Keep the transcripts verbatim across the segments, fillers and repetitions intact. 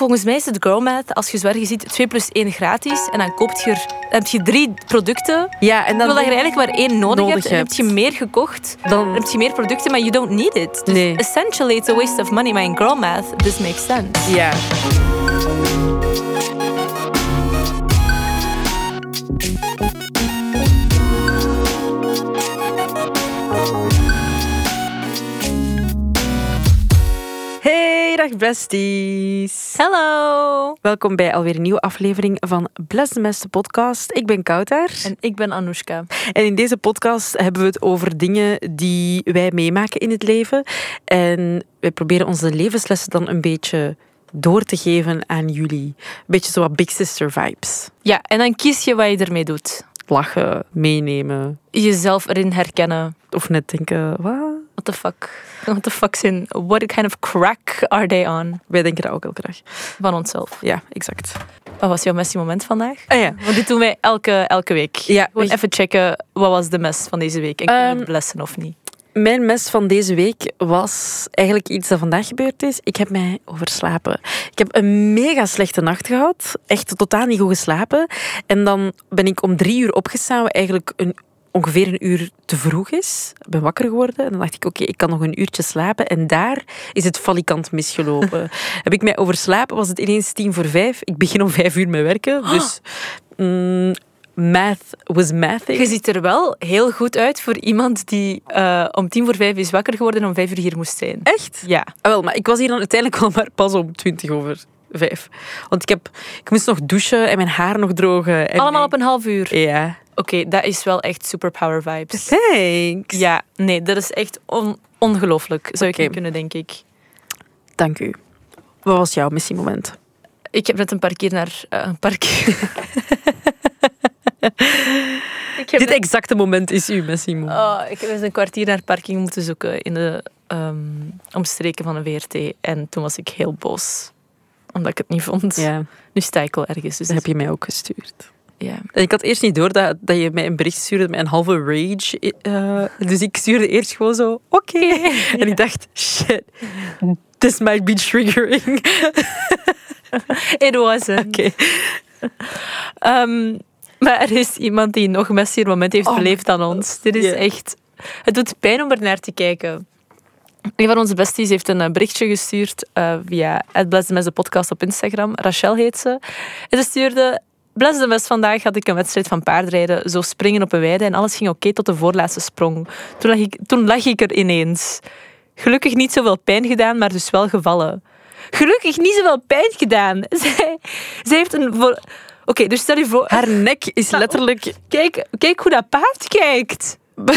volgens mij is het girl math. Als je zwaar je ziet, twee plus één gratis. En dan koopt je er, dan heb je drie producten. Ja, en dan Terwijl je er eigenlijk maar één nodig, nodig hebt. En hebt. heb je meer gekocht, dan, dan heb je meer producten, maar you don't need it. Dus Nee. essentially it's a waste of money. Maar in girl math, this makes sense. Ja. Hey, dag besties. Hello! Welkom bij alweer een nieuwe aflevering van Bless the Mess, de podcast. Ik ben Kouter. En ik ben Anoushka. En in deze podcast hebben we het over dingen die wij meemaken in het leven. En wij proberen onze levenslessen dan een beetje door te geven aan jullie. Een beetje zo wat Big Sister vibes. Ja, en dan kies je wat je ermee doet. Lachen, meenemen. Jezelf erin herkennen. Of net denken, wat? What the fuck? What the fuck zijn... What kind of crack are they on? Wij denken dat ook heel graag. Van onszelf. Ja, exact. Wat was jouw messy moment vandaag? Ah ja. Want dit doen wij elke, elke week. Ja, Gewoon weet- even checken, wat was de mes van deze week? En kunnen we Ehm, het blessen of niet? Mijn mes van deze week was eigenlijk iets dat vandaag gebeurd is. Ik heb mij overslapen. Ik heb een mega slechte nacht gehad. Echt totaal niet goed geslapen. En dan ben ik om drie uur opgestaan, wat eigenlijk een, ongeveer een uur te vroeg is. Ik ben wakker geworden en dan dacht ik, oké, ik kan nog een uurtje slapen. En daar is het valikant misgelopen. Heb ik mij overslapen, was het ineens tien voor vijf. Ik begin om vijf uur met werken. Dus mm, math was mathing. Je ziet er wel heel goed uit voor iemand die uh, om tien voor vijf is wakker geworden en om vijf uur hier moest zijn. Echt? Ja. Ah, wel, maar ik was hier dan uiteindelijk wel maar pas om twintig over vijf. Want ik, heb, ik moest nog douchen en mijn haar nog drogen. En Allemaal mijn- op een half uur. Ja. Oké, dat is wel echt superpower vibes. Thanks. Ja, nee, dat is echt on- ongelooflijk. Zou ik Oké. niet kunnen, denk ik. Dank u. Wat was jouw missiemoment? Ik heb net een paar keer naar uh, een parkeer... ik heb Dit net- exacte moment is uw missiemoment. Oh, ik heb eens een kwartier naar parking moeten zoeken in de um, omstreken van een V R T. En toen was ik heel boos. Omdat ik het niet vond. Ja, Nu sta ik wel ergens. Dus dat heb je mij ook gestuurd. ja. En ik had eerst niet door dat, dat je mij een bericht stuurde met een halve rage. Uh, dus ik stuurde eerst gewoon zo, oké. En ik dacht, shit, this might be triggering. It wasn't. Oké. Um, maar er is iemand die nog een messier moment heeft Oh beleefd dan ons. Dit is Ja. echt... Het doet pijn om er naar te kijken. Een van onze besties heeft een uh, berichtje gestuurd uh, via het Bless the Mess de podcast op Instagram. Rachel heet ze. En ze stuurde... Bless the Mess, vandaag had ik een wedstrijd van paardrijden. Zo springen op een weide en alles ging oké tot de voorlaatste sprong. Toen lag, ik, toen lag ik er ineens. Gelukkig niet zoveel pijn gedaan, maar dus wel gevallen. Gelukkig niet zoveel pijn gedaan. Zij, zij heeft een... Voor... Oké, okay, dus stel je voor... Haar nek is letterlijk... Kijk, kijk hoe dat paard kijkt.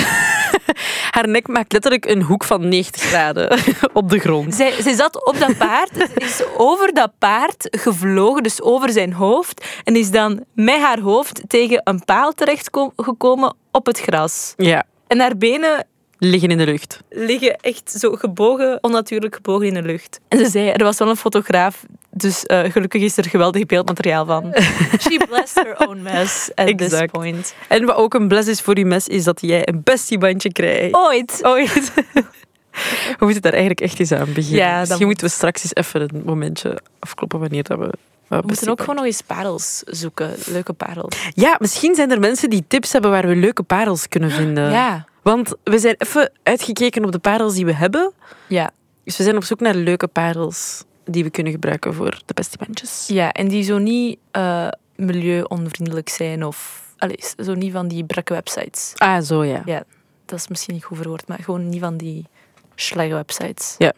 Haar nek maakt letterlijk een hoek van negentig graden op de grond. Zij, zij zat op dat paard, ze is over dat paard gevlogen, dus over zijn hoofd, en is dan met haar hoofd tegen een paal terechtgekomen op het gras. Ja, En haar benen liggen in de lucht. liggen echt zo gebogen, onnatuurlijk gebogen in de lucht. En ze zei, er was wel een fotograaf, dus uh, gelukkig is er geweldig beeldmateriaal van. She blessed her own mess at this Exact. point. En wat ook een bless is voor je mes, is dat jij een bestiebandje krijgt. Ooit. Ooit. We moeten daar eigenlijk echt eens aan beginnen. Ja, dan Misschien moet- moeten we straks eens even een momentje afkloppen wanneer dat we... We moeten ook gewoon nog eens parels zoeken. Leuke parels. Ja, misschien zijn er mensen die tips hebben waar we leuke parels kunnen vinden. Ja. Want we zijn even uitgekeken op de parels die we hebben. Ja. Dus we zijn op zoek naar leuke parels die we kunnen gebruiken voor de bestiebandjes. Ja, en die zo niet uh, milieu-onvriendelijk zijn of... Allee, zo niet van die brakke websites. Ah, zo ja. Ja, dat is misschien niet goed verwoord, maar gewoon niet van die slechte websites. Ja.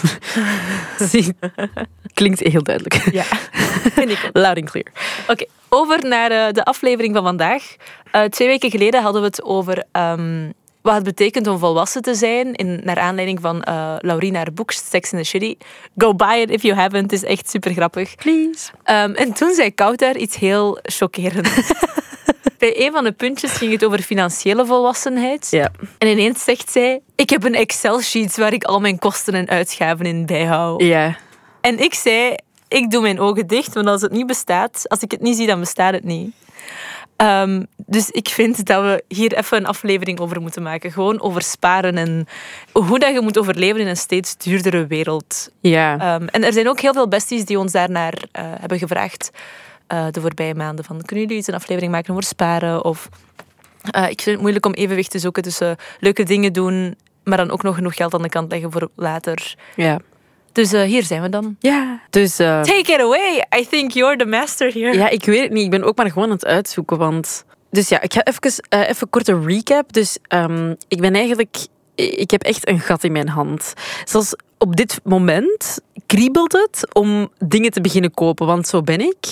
Zie, klinkt heel duidelijk. Ja, vind ik ook. Loud and clear. Oké, over naar uh, de aflevering van vandaag. Uh, twee weken geleden hadden we het over um, wat het betekent om volwassen te zijn. In, naar aanleiding van uh, Laurien haar boek Sex and the City. Go buy it if you haven't. Het is echt super grappig. Please. Um, en toen zei Kouter iets heel chockerends. Bij een van de puntjes ging het over financiële volwassenheid. Ja. En ineens zegt zij... Ik heb een Excel-sheet waar ik al mijn kosten en uitgaven in bijhoud. Ja. En ik zei... Ik doe mijn ogen dicht, want als het niet bestaat... Als ik het niet zie, dan bestaat het niet. Um, dus ik vind dat we hier even een aflevering over moeten maken. Gewoon over sparen en hoe dat je moet overleven in een steeds duurdere wereld. Ja. Um, en er zijn ook heel veel besties die ons daarnaar uh, hebben gevraagd uh, de voorbije maanden. Van, kunnen jullie iets een aflevering maken over sparen? Of uh, ik vind het moeilijk om evenwicht te zoeken tussen leuke dingen doen, maar dan ook nog genoeg geld aan de kant leggen voor later. Ja. Dus uh, hier zijn we dan. Ja. Dus, uh, take it away. I think you're the master here. Ja, ik weet het niet. Ik ben ook maar gewoon aan het uitzoeken. Want... Dus ja, ik ga even, uh, even een korte recap. Dus um, ik ben eigenlijk... Ik heb echt een gat in mijn hand. Zelfs op dit moment kriebelt het om dingen te beginnen kopen. Want zo ben ik.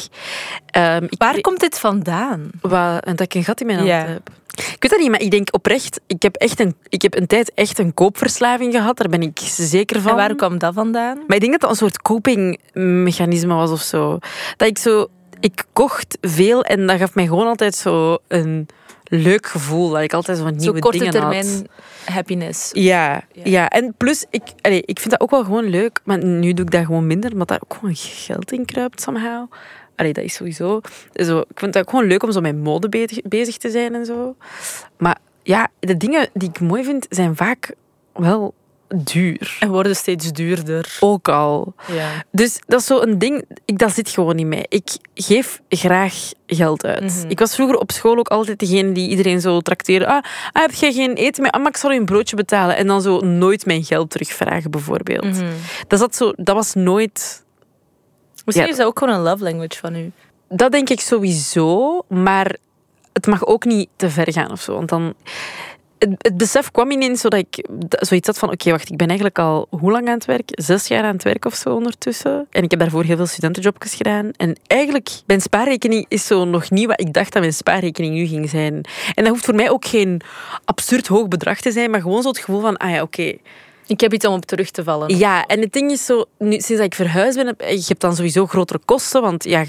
Um, ik Waar komt dit vandaan? Wat, dat ik een gat in mijn hand ja. heb. Ik weet dat niet, maar ik denk oprecht... Ik heb, echt een, ik heb een tijd echt een koopverslaving gehad. Daar ben ik zeker van. En waar kwam dat vandaan? Maar ik denk dat dat een soort copingmechanisme was of zo. Dat ik zo... Ik kocht veel en dat gaf mij gewoon altijd zo een leuk gevoel. Dat ik altijd zo van nieuwe zo dingen korte termijn had. happiness. Ja, ja. ja. En plus, ik, allee, ik vind dat ook wel gewoon leuk. Maar nu doe ik dat gewoon minder, omdat daar ook gewoon geld in kruipt somehow. Allee, dat is sowieso... Zo, ik vind het ook gewoon leuk om zo met mode bezig, bezig te zijn en zo. Maar ja, de dingen die ik mooi vind, zijn vaak wel duur. En worden steeds duurder. Ook al. Ja. Dus dat is zo een ding, ik, dat zit gewoon niet mee. Ik geef graag geld uit. Mm-hmm. Ik was vroeger op school ook altijd degene die iedereen zo trakteerde. Ah, ah heb jij geen eten meer? Ah, maar ik zal je een broodje betalen. En dan zo nooit mijn geld terugvragen, bijvoorbeeld. Mm-hmm. Dat, zat zo, dat was nooit... Misschien ja, is dat ook gewoon een love language van u. Dat denk ik sowieso, maar het mag ook niet te ver gaan of zo. Want dan... Het, het besef kwam ineens zodat ik zoiets had van... Oké, okay, wacht, ik ben eigenlijk al hoe lang aan het werk? Zes jaar aan het werk of zo ondertussen. En ik heb daarvoor heel veel studentenjobjes gedaan. En eigenlijk, mijn spaarrekening is zo nog niet wat ik dacht dat mijn spaarrekening nu ging zijn. En dat hoeft voor mij ook geen absurd hoog bedrag te zijn, maar gewoon zo het gevoel van... Ah ja, oké... Okay, ik heb iets om op terug te vallen. Ja, en het ding is zo... Nu, sinds dat ik verhuisd ben, heb je hebt dan sowieso grotere kosten, want ja...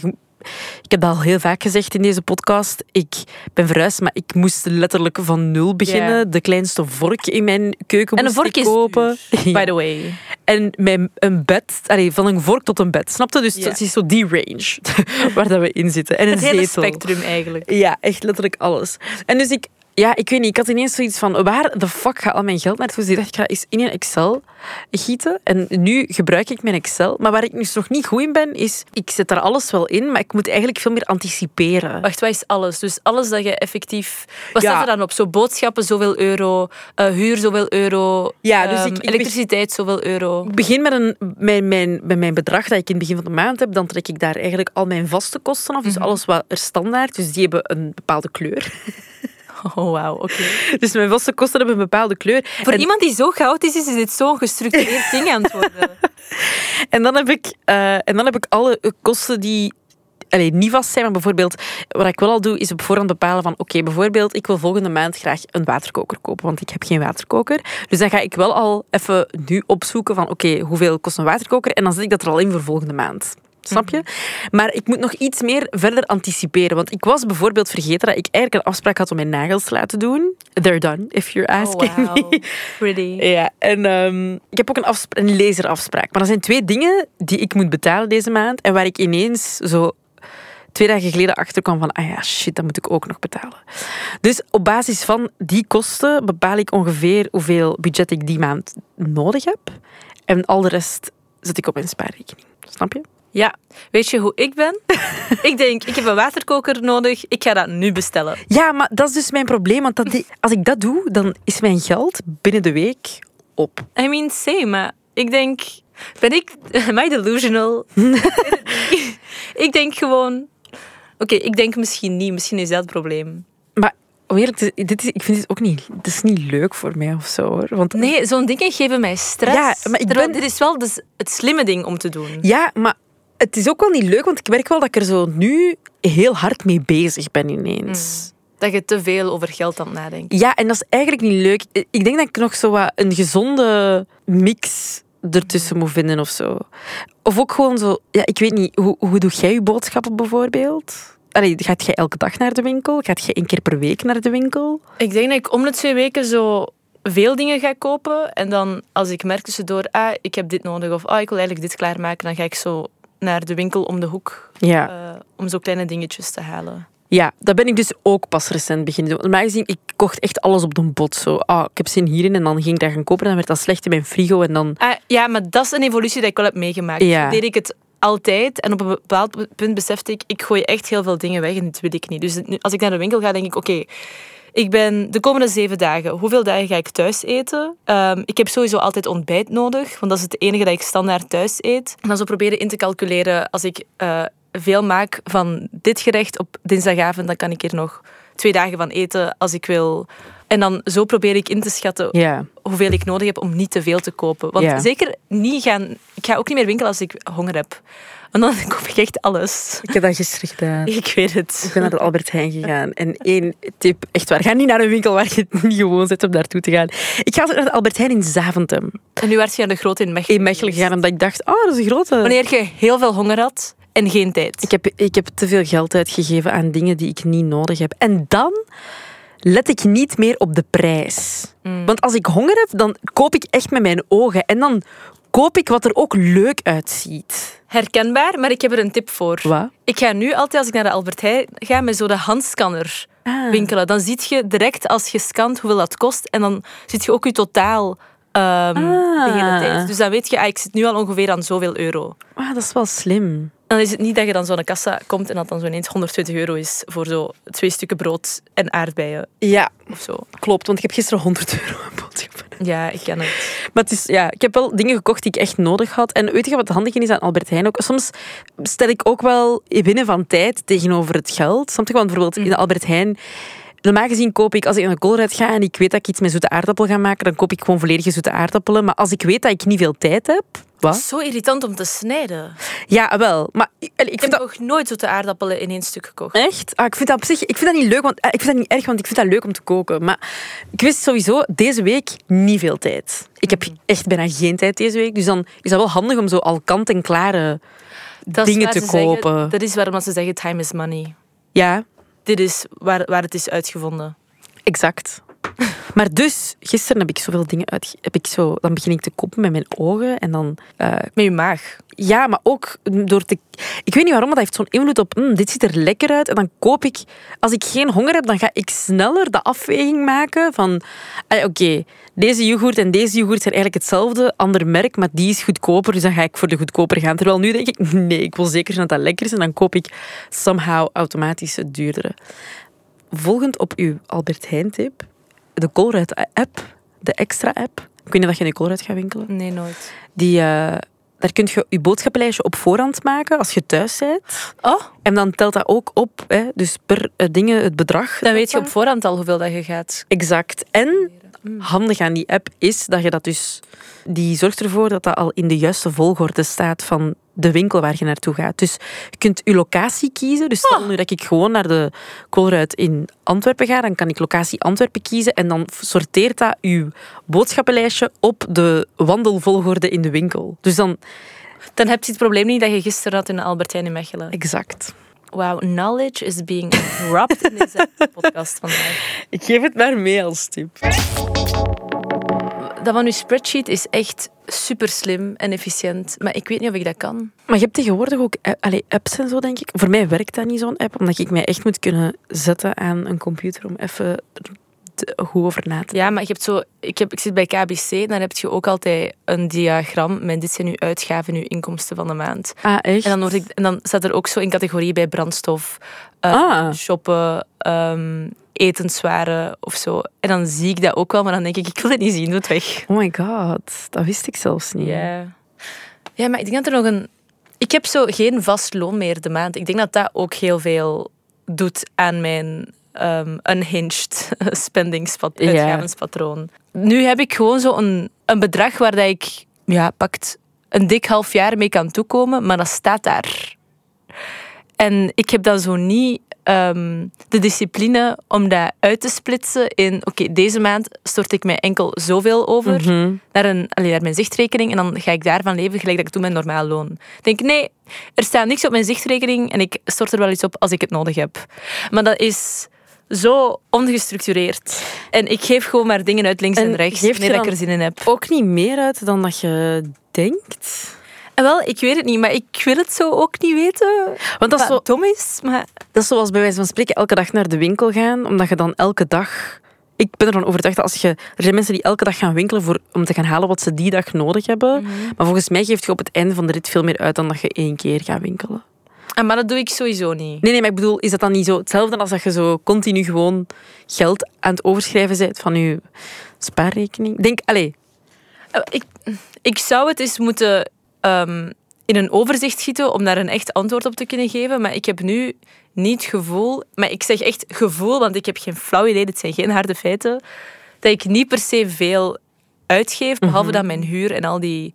Ik heb dat al heel vaak gezegd in deze podcast. Ik ben verhuisd, maar ik moest letterlijk van nul beginnen. Yeah. De kleinste vork in mijn keuken en moest een vork ik kopen. Is duur, by the way. En mijn, een bed, allee, van een vork tot een bed. Snapte? Dus yeah. Het is zo die range waar dat we in zitten. En een het hele zetel. spectrum eigenlijk. Ja, echt letterlijk alles. En dus ik... Ja, ik weet niet. Ik had ineens zoiets van... Waar de fuck gaat al mijn geld naartoe? Dus ik dacht, ik ga eens in een Excel gieten. En nu gebruik ik mijn Excel. Maar waar ik nu nog niet goed in ben, is... Ik zet daar alles wel in, maar ik moet eigenlijk veel meer anticiperen. Wacht, wat is alles? Dus alles dat je effectief... Wat ja. staat er dan op? Zo boodschappen, zoveel euro. Uh, huur, zoveel euro. Ja, dus ik, um, elektriciteit, zoveel euro. Ik begin met, een, met, mijn, met mijn bedrag dat ik in het begin van de maand heb. Dan trek ik daar eigenlijk al mijn vaste kosten af. Dus mm-hmm. alles wat er standaard... Dus die hebben een bepaalde kleur. Oh, wauw, oké. Okay. Dus mijn vaste kosten hebben een bepaalde kleur. Voor en... iemand die zo chaotisch is, is dit zo'n gestructureerd ding aan het worden. En dan heb ik, uh, en dan heb ik alle kosten die... Allee, niet vast zijn, maar bijvoorbeeld... Wat ik wel al doe, is op voorhand bepalen van... Oké, okay, bijvoorbeeld, ik wil volgende maand graag een waterkoker kopen, want ik heb geen waterkoker. Dus dan ga ik wel al even nu opzoeken van... Oké, okay, hoeveel kost een waterkoker? En dan zet ik dat er al in voor volgende maand. Snap je? Mm-hmm. Maar ik moet nog iets meer verder anticiperen. Want ik was bijvoorbeeld vergeten dat ik eigenlijk een afspraak had om mijn nagels te laten doen. They're done, if you're asking oh, wow. me. Pretty. Ja, en um, ik heb ook een, afspraak, een laserafspraak. Maar er zijn twee dingen die ik moet betalen deze maand. En waar ik ineens zo... twee dagen geleden achterkwam van... Ah ja, shit, dat moet ik ook nog betalen. Dus op basis van die kosten bepaal ik ongeveer hoeveel budget ik die maand nodig heb. En al de rest zet ik op mijn spaarrekening. Snap je? Ja, weet je hoe ik ben? Ik denk, ik heb een waterkoker nodig, ik ga dat nu bestellen. Ja, maar dat is dus mijn probleem. Want dat, als ik dat doe, dan is mijn geld binnen de week op. I mean, same, maar ik denk... Ben ik... Am I delusional? Ik denk gewoon... Oké, okay, ik denk misschien niet. Misschien is dat het probleem. Maar eerlijk, dit is, ik vind het ook niet... Het is niet leuk voor mij of zo, hoor. Want, nee, zo'n dingen geven mij stress. Ja, maar ik ben... Dit is wel dus het slimme ding om te doen. Ja, maar... Het is ook wel niet leuk, want ik merk wel dat ik er zo nu heel hard mee bezig ben ineens. Mm. Dat je te veel over geld aan het nadenken. Ja, en dat is eigenlijk niet leuk. Ik denk dat ik nog zo wat een gezonde mix ertussen moet vinden of zo. Of ook gewoon zo... Ja, ik weet niet, hoe, hoe doe jij je boodschappen bijvoorbeeld? Allee, gaat jij elke dag naar de winkel? Gaat jij één keer per week naar de winkel? Ik denk dat ik om de twee weken zo... veel dingen ga kopen. En dan, als ik merk tussendoor... Ah, ik heb dit nodig. Of ah, ik wil eigenlijk dit klaarmaken. Dan ga ik zo... naar de winkel om de hoek. Ja. Uh, om zo kleine dingetjes te halen. Ja, dat ben ik dus ook pas recent beginnen doen. Normaal gezien, ik kocht echt alles op de bot. Zo, ah, ik heb zin hierin en dan ging ik dat gaan kopen. Dan werd dat slecht in mijn frigo en dan... Ah, ja, maar dat is een evolutie die ik wel heb meegemaakt. Ja. Zo deed ik het altijd. En op een bepaald punt besefte ik, ik gooi echt heel veel dingen weg en dit wil ik niet. Dus nu, als ik naar de winkel ga, denk ik, oké, okay, ik ben de komende zeven dagen, hoeveel dagen ga ik thuis eten? Um, ik heb sowieso altijd ontbijt nodig, want dat is het enige dat ik standaard thuis eet. En dan zo proberen in te calculeren, als ik uh, veel maak van dit gerecht op dinsdagavond, dan kan ik er nog twee dagen van eten als ik wil. En dan zo probeer ik in te schatten Ja. hoeveel ik nodig heb om niet te veel te kopen. Want Ja. zeker niet gaan... Ik ga ook niet meer winkelen als ik honger heb. Want dan koop ik echt alles. Ik heb dat gisteren gedaan. Ik weet het. Ik ben naar de Albert Heijn gegaan. En één tip, echt waar, ga niet naar een winkel waar je het niet gewoon zet om naartoe te gaan. Ik ga naar de Albert Heijn in Zaventem. En nu werd je naar de grote in Mechelen. In Mechelen gegaan, omdat ik dacht, oh, dat is een grote... Wanneer je heel veel honger had en geen tijd. Ik heb, ik heb te veel geld uitgegeven aan dingen die ik niet nodig heb. En dan let ik niet meer op de prijs. Mm. Want als ik honger heb, dan koop ik echt met mijn ogen. En dan koop ik wat er ook leuk uitziet. Herkenbaar, maar ik heb er een tip voor. Wat? Ik ga nu altijd, als ik naar de Albert Heijn ga, met zo de handscanner ah. winkelen. Dan zie je direct als je scant hoeveel dat kost. En dan zie je ook je totaal um, ah. de hele tijd. Dus dan weet je, ah, ik zit nu al ongeveer aan zoveel euro. Ah, dat is wel slim. Dan is het niet dat je dan zo naar de kassa komt en dat dan zo ineens honderdtwintig euro is voor zo twee stukken brood en aardbeien. Ja, of zo. Klopt, want ik heb gisteren honderd euro aan boodschappen. Ja, ik ken het. Maar het is, ja, ik heb wel dingen gekocht die ik echt nodig had. En weet je wat handig is aan Albert Heijn ook? Soms stel ik ook wel winnen van tijd tegenover het geld. Snap je? Want bijvoorbeeld in de Albert Heijn... Normaal gezien koop ik, als ik naar de Colruyt ga en ik weet dat ik iets met zoete aardappel ga maken, dan koop ik gewoon volledige zoete aardappelen. Maar als ik weet dat ik niet veel tijd heb... Wat? Zo irritant om te snijden. Ja, wel. Maar ik, ik, ik heb dat... nog nooit zoete aardappelen in één stuk gekocht. Echt? Ah, ik vind dat op zich... Ik vind dat niet leuk, want ik vind dat niet erg, want ik vind dat leuk om te koken. Maar ik wist sowieso deze week niet veel tijd. Ik heb echt bijna geen tijd deze week. Dus dan is dat wel handig om zo al kant-en-klare dingen te kopen. Zeggen, dat is waarom ze zeggen time is money. Ja. Dit is waar, waar het is uitgevonden. Exact. Maar dus, gisteren heb ik zoveel dingen uit... Heb ik zo, dan begin ik te kopen met mijn ogen en dan... Uh, met je maag. Ja, maar ook door te... Ik weet niet waarom, maar dat heeft zo'n invloed op... Mm, dit ziet er lekker uit. En dan koop ik... Als ik geen honger heb, dan ga ik sneller de afweging maken van... Ah, Oké, okay, deze yoghurt en deze yoghurt zijn eigenlijk hetzelfde, ander merk, maar die is goedkoper, dus dan ga ik voor de goedkoper gaan. Terwijl nu denk ik, nee, ik wil zeker dat dat lekker is. En dan koop ik somehow automatisch het duurdere. Volgend op uw Albert Heijn tip... De Colruyt-app, de extra-app. Ik weet niet of je in de Colruyt gaat winkelen. Nee, nooit. Die, uh, daar kun je je boodschappenlijstje op voorhand maken als je thuis bent. Oh. En dan telt dat ook op, hè, dus per uh, dingen het bedrag. Dan weet je op voorhand al hoeveel dat je gaat. Exact. En handig aan die app is dat je dat dus... Die zorgt ervoor dat dat al in de juiste volgorde staat van de winkel waar je naartoe gaat. Dus je kunt je locatie kiezen. Dus stel nu dat ik gewoon naar de Colruyt in Antwerpen ga, dan kan ik locatie Antwerpen kiezen en dan sorteert dat je boodschappenlijstje op de wandelvolgorde in de winkel. Dus dan... Dan heb je het probleem niet dat je gisteren had in de Albert Heijn in Mechelen. Exact. Wow, knowledge is being dropped in deze podcast vandaag. Ik geef het maar mee als tip. Dat van uw spreadsheet is echt super slim en efficiënt. Maar ik weet niet of ik dat kan. Maar je hebt tegenwoordig ook allez, apps en zo, denk ik. Voor mij werkt dat niet, zo'n app. Omdat ik mij echt moet kunnen zetten aan een computer om even te, goed over na te. Ja, maar je hebt zo... Ik, heb, ik zit bij K B C, dan heb je ook altijd een diagram met dit zijn uw uitgaven en uw inkomsten van de maand. Ah, echt? En dan, word ik, en dan staat er ook zo in categorie bij brandstof, uh, ah. shoppen... Um, etenswaren of zo. En dan zie ik dat ook wel, maar dan denk ik, ik wil het niet zien, doe het weg. Oh my god, dat wist ik zelfs niet. Ja, ja maar ik denk dat er nog een... Ik heb zo geen vast loon meer de maand. Ik denk dat dat ook heel veel doet aan mijn um, unhinged spendingspat- uitgavenspatroon. Ja. Nu heb ik gewoon zo een, een bedrag waar dat ik, ja, pakt een dik half jaar mee kan toekomen, maar dat staat daar. En ik heb dan zo niet... Um, de discipline om dat uit te splitsen in... Oké, okay, deze maand stort ik mij enkel zoveel over mm-hmm. naar, een, allee, naar mijn zichtrekening en dan ga ik daarvan leven gelijk dat ik doe met normaal loon. Ik denk, nee, er staat niks op mijn zichtrekening en ik stort er wel iets op als ik het nodig heb. Maar dat is zo ongestructureerd. En ik geef gewoon maar dingen uit links en, en rechts, wanneer ik er zin in heb. Ook niet meer uit dan dat je denkt... En wel, ik weet het niet, maar ik wil het zo ook niet weten. Want dat is, Wat zo, dom is, maar... dat is zoals bij wijze van spreken elke dag naar de winkel gaan, omdat je dan elke dag... Ik ben ervan overtuigd dat als je... Er zijn mensen die elke dag gaan winkelen voor, om te gaan halen wat ze die dag nodig hebben. Mm-hmm. Maar volgens mij geeft je op het einde van de rit veel meer uit dan dat je één keer gaat winkelen. Ah, maar dat doe ik sowieso niet. Nee, nee, maar ik bedoel, is dat dan niet zo hetzelfde als dat je zo continu gewoon geld aan het overschrijven bent van je spaarrekening? Denk, allee. Uh, Ik, ik zou het eens moeten um, in een overzicht gieten om daar een echt antwoord op te kunnen geven. Maar ik heb nu niet het gevoel... Maar ik zeg echt gevoel, want ik heb geen flauw idee. Dit zijn geen harde feiten. Dat ik niet per se veel uitgeef, behalve Mhm. dan mijn huur en al die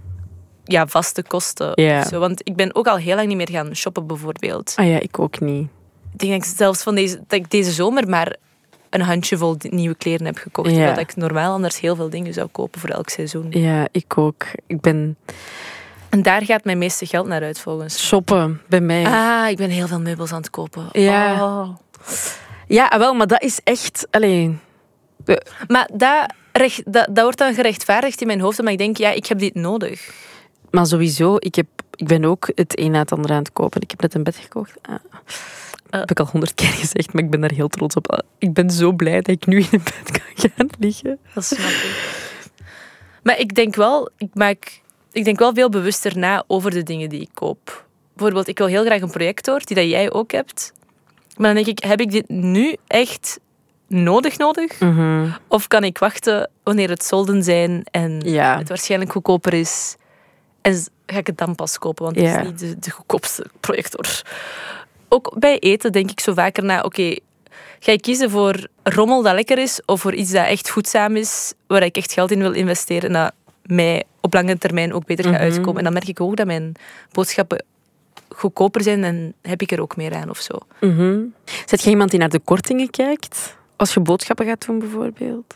ja, vaste kosten. Ja. Zo, want ik ben ook al heel lang niet meer gaan shoppen, bijvoorbeeld. Ah ja, ik ook niet. Ik denk dat ik zelfs van deze, dat ik deze zomer maar een handjevol nieuwe kleren heb gekocht. Ja. Terwijl ik normaal anders heel veel dingen zou kopen voor elk seizoen. Ja, ik ook. Ik ben En daar gaat mijn meeste geld naar uit, volgens. shoppen bij mij. Ah, ik ben heel veel meubels aan het kopen. Ja. Oh. Ja, wel, maar dat is echt... Allee, Maar dat, recht, dat, dat wordt dan gerechtvaardigd in mijn hoofd. Maar ik denk, ja, ik heb dit nodig. maar sowieso, ik, heb, ik ben ook het een na het ander aan het kopen. Ik heb net een bed gekocht. Ah. Dat heb ik al honderd keer gezegd, maar ik ben daar heel trots op. Ah, ik ben zo blij dat ik nu in een bed kan gaan liggen. Dat snap ik. Maar ik denk wel, ik maak, ik denk wel veel bewuster na over de dingen die ik koop. Bijvoorbeeld, ik wil heel graag een projector, die dat jij ook hebt. Maar dan denk ik, heb ik dit nu echt nodig nodig? Mm-hmm. Of kan ik wachten wanneer het solden zijn en Ja. het waarschijnlijk goedkoper is? En ga ik het dan pas kopen, want het Ja. is niet de, de goedkoopste projector. Ook bij eten denk ik zo vaker na, oké, okay, ga ik kiezen voor rommel dat lekker is of voor iets dat echt goedzaam is, waar ik echt geld in wil investeren en dat mij op lange termijn ook beter gaat Mm-hmm. uitkomen. En dan merk ik ook dat mijn boodschappen goedkoper zijn en heb ik er ook meer aan of zo. Mm-hmm. Zet je iemand die naar de kortingen kijkt? Als je boodschappen gaat doen, bijvoorbeeld?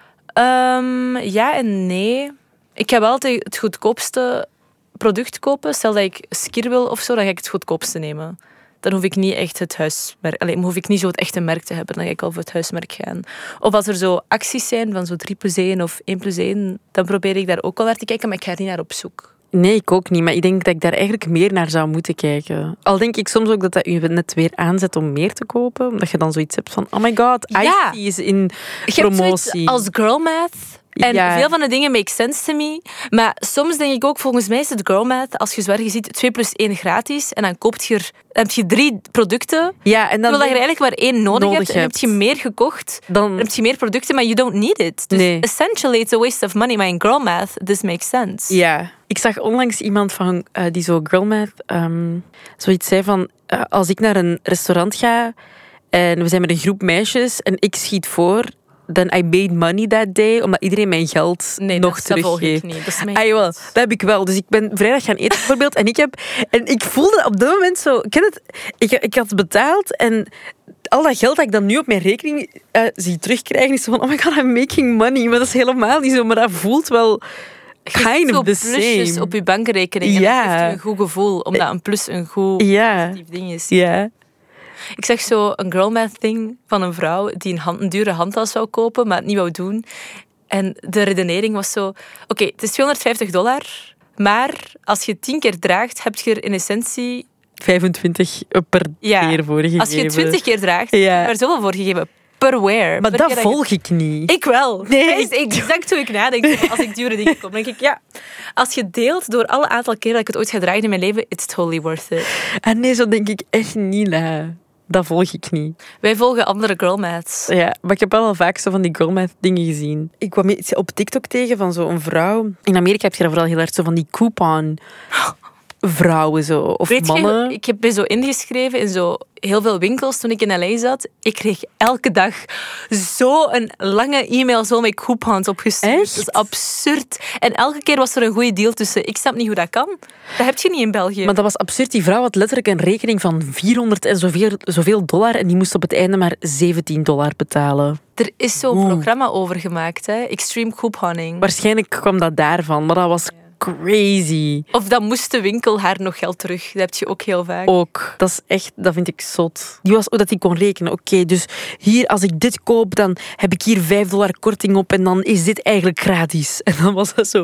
Um, ja en nee. Ik ga wel altijd het goedkoopste product kopen. Stel dat ik skir wil of zo, dan ga ik het goedkoopste nemen. Dan hoef ik niet echt het huismerk... Allee, hoef ik niet zo het echte merk te hebben. Dan ga ik al voor het huismerk gaan. Of als er zo acties zijn van zo drie plus één of één plus één, dan probeer ik daar ook wel naar te kijken, maar ik ga er niet naar op zoek. Nee, ik ook niet. Maar ik denk dat ik daar eigenlijk meer naar zou moeten kijken. Al denk ik soms ook dat dat je net weer aanzet om meer te kopen. Omdat je dan zoiets hebt van, oh my god, Ja. Ice is in Je hebt promotie. zoiets als girl math. En Ja. veel van de dingen make sense to me. Maar soms denk ik ook, volgens mij is het girl math. Als je zwaar ziet, twee plus één gratis. En dan, koopt je er, dan heb je drie producten. Ja, en dan Terwijl je er eigenlijk maar één nodig, nodig hebt. En dan hebt. heb je meer gekocht. Dan, Dan heb je meer producten, maar you don't need it. Dus Nee. essentially, it's a waste of money. Maar in girl math, this makes sense. ja. Ik zag onlangs iemand van uh, die zo girl math um, zoiets zei van, uh, als ik naar een restaurant ga en we zijn met een groep meisjes en ik schiet voor, then I made money that day, omdat iedereen mijn geld Nee, nog dat, dat volg ik teruggeeft. niet. Dat is mijn Ah, jawel, dat heb ik wel. Dus ik ben vrijdag gaan eten bijvoorbeeld en ik heb en ik voelde op dat moment zo, ik ken het, ik, ik had betaald en al dat geld dat ik dan nu op mijn rekening uh, zie terugkrijgen is zo van, oh my god, I'm making money. Maar dat is helemaal niet zo, maar dat voelt wel kind zo of the plusjes same. op je bankrekening. En Ja. dat geeft je een goed gevoel, omdat een plus een goed Ja. positief ding is. Ja. Ik zag zo een girl math ding van een vrouw die een, hand, een dure handtas zou kopen, maar het niet wou doen. En de redenering was zo, oké, okay, het is tweehonderdvijftig dollar, maar als je het tien keer draagt, heb je er in essentie... vijfentwintig per Ja, keer voor gegeven. Als je het twintig keer draagt, Ja. heb je er zoveel voor gegeven. Per wear. Maar per dat keer je- volg ik niet. Ik wel. Nee, Dat is ik- exact hoe ik nadenk als ik dure dingen koop. Dan denk ik, ja, als je deelt door alle aantal keer dat ik het ooit ga dragen in mijn leven, it's totally worth it. En nee, zo denk ik echt niet na. Dat volg ik niet. Wij volgen andere girl maths. Ja, maar ik heb wel al vaak zo van die girl math dingen gezien. Ik kwam iets op TikTok tegen van zo'n vrouw. In Amerika heb je dat vooral heel erg zo van die coupon vrouwen zo. Of Weet mannen. je, ik heb me zo ingeschreven in zo heel veel winkels toen ik in L A zat. Ik kreeg elke dag zo'n lange e-mail zo met coupons opgestuurd. Echt? Dat is absurd. En elke keer was er een goede deal tussen. Ik snap niet hoe dat kan. Dat heb je niet in België. Maar dat was absurd. Die vrouw had letterlijk een rekening van vierhonderd en zoveel, zoveel dollar. En die moest op het einde maar zeventien dollar betalen. Er is zo'n Oeh. programma over gemaakt, hè? Extreme couponing. Waarschijnlijk kwam dat daarvan. Maar dat was crazy. Of dan moest de winkel haar nog geld terug. Dat heb je ook heel vaak. Ook. Dat is echt, dat vind ik zot. Die was ook dat hij kon rekenen. Oké, dus hier, als ik dit koop, dan heb ik hier vijf dollar korting op en dan is dit eigenlijk gratis. En dan was dat zo.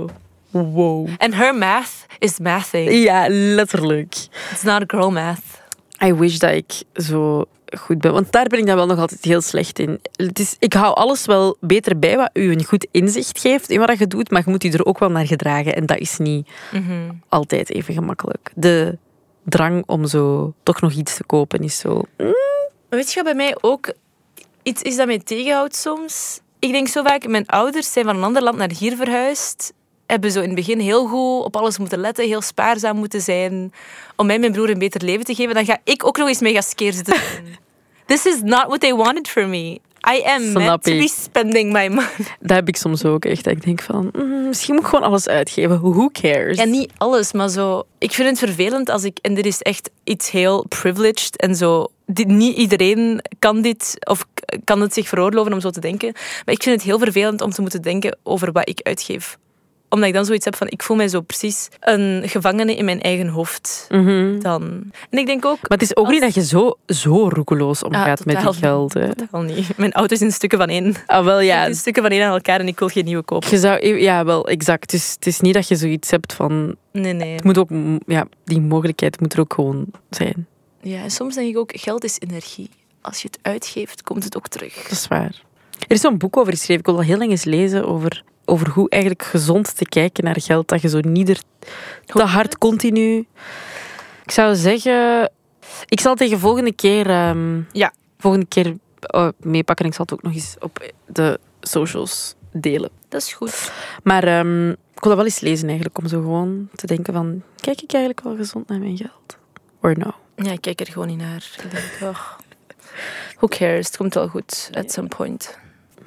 Wow. And her math is mathing. Ja, letterlijk. It's not girl math. I wish dat ik zo goed ben. Want daar ben ik dan wel nog altijd heel slecht in. Het is, ik hou alles wel beter bij wat u een goed inzicht geeft in wat je doet, maar je moet je er ook wel naar gedragen. En dat is niet Mm-hmm. altijd even gemakkelijk. De drang om zo toch nog iets te kopen is zo... Mm. Weet je wat bij mij ook iets is dat mij tegenhoudt soms? Ik denk zo vaak, mijn ouders zijn van een ander land naar hier verhuisd. Hebben zo in het begin heel goed op alles moeten letten, heel spaarzaam moeten zijn, om mij en mijn broer een beter leven te geven. Dan ga ik ook nog eens mega skeer zitten doen. This is not what they wanted for me. I am Snap meant to ik. be spending my money. Dat heb ik soms ook echt. Dat ik denk van, mm, misschien moet ik gewoon alles uitgeven. Who cares? Ja, niet alles, maar zo... Ik vind het vervelend als ik... En dit is echt iets heel privileged en zo... Dit, niet iedereen kan dit of kan het zich veroorloven om zo te denken. Maar ik vind het heel vervelend om te moeten denken over wat ik uitgeef. Omdat ik dan zoiets heb van... Ik voel mij zo precies een gevangene in mijn eigen hoofd. Mhm. Dan. En ik denk ook... Maar het is ook als- niet dat je zo, zo roekeloos omgaat Ah, met die totaal geld. Hè. niet. Totaal niet. Mijn auto is in stukken van één. Ah, wel ja. In stukken van één aan elkaar en ik wil geen nieuwe kopen. Je zou, ja, wel, exact. Dus het is niet dat je zoiets hebt van... Nee, nee. Het moet ook, ja, die mogelijkheid moet er ook gewoon zijn. Ja, en soms denk ik ook, geld is energie. Als je het uitgeeft, komt het ook terug. Dat is waar. Er is zo'n boek over geschreven. Ik wil al heel lang eens lezen over, over hoe eigenlijk gezond te kijken naar geld. Dat je zo niet er te hard continu... Ik zou zeggen... Ik zal tegen volgende keer... ehm, Ja. Volgende keer oh, meepakken. En ik zal het ook nog eens op de socials delen. Dat is goed. Maar ehm, ik wil dat wel eens lezen eigenlijk. Om zo gewoon te denken van... Kijk ik eigenlijk wel gezond naar mijn geld? Or no? Ja, ik kijk er gewoon niet naar. Ik denk, oh, who cares? Het komt wel goed, at some point.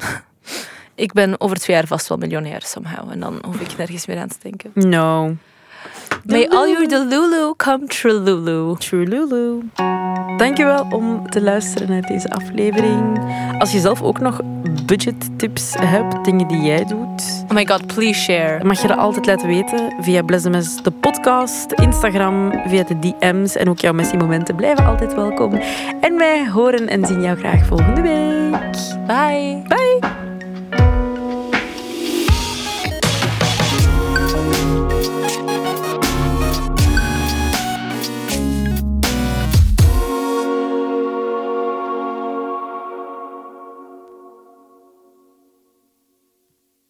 Ik ben over twee jaar vast wel miljonair somehow. En dan hoef ik nergens meer aan te denken. No. May all your delulu come true, Lulu. True Lulu. Dankjewel om te luisteren naar deze aflevering. Als je zelf ook nog budgettips hebt, dingen die jij doet, Oh my god, please share. dan mag je dat altijd laten weten via Bless the Mess, de podcast, de Instagram, via de D M's. En ook jouw Messi-momenten blijven altijd welkom. En wij horen en zien jou graag volgende week. Bye. Bye!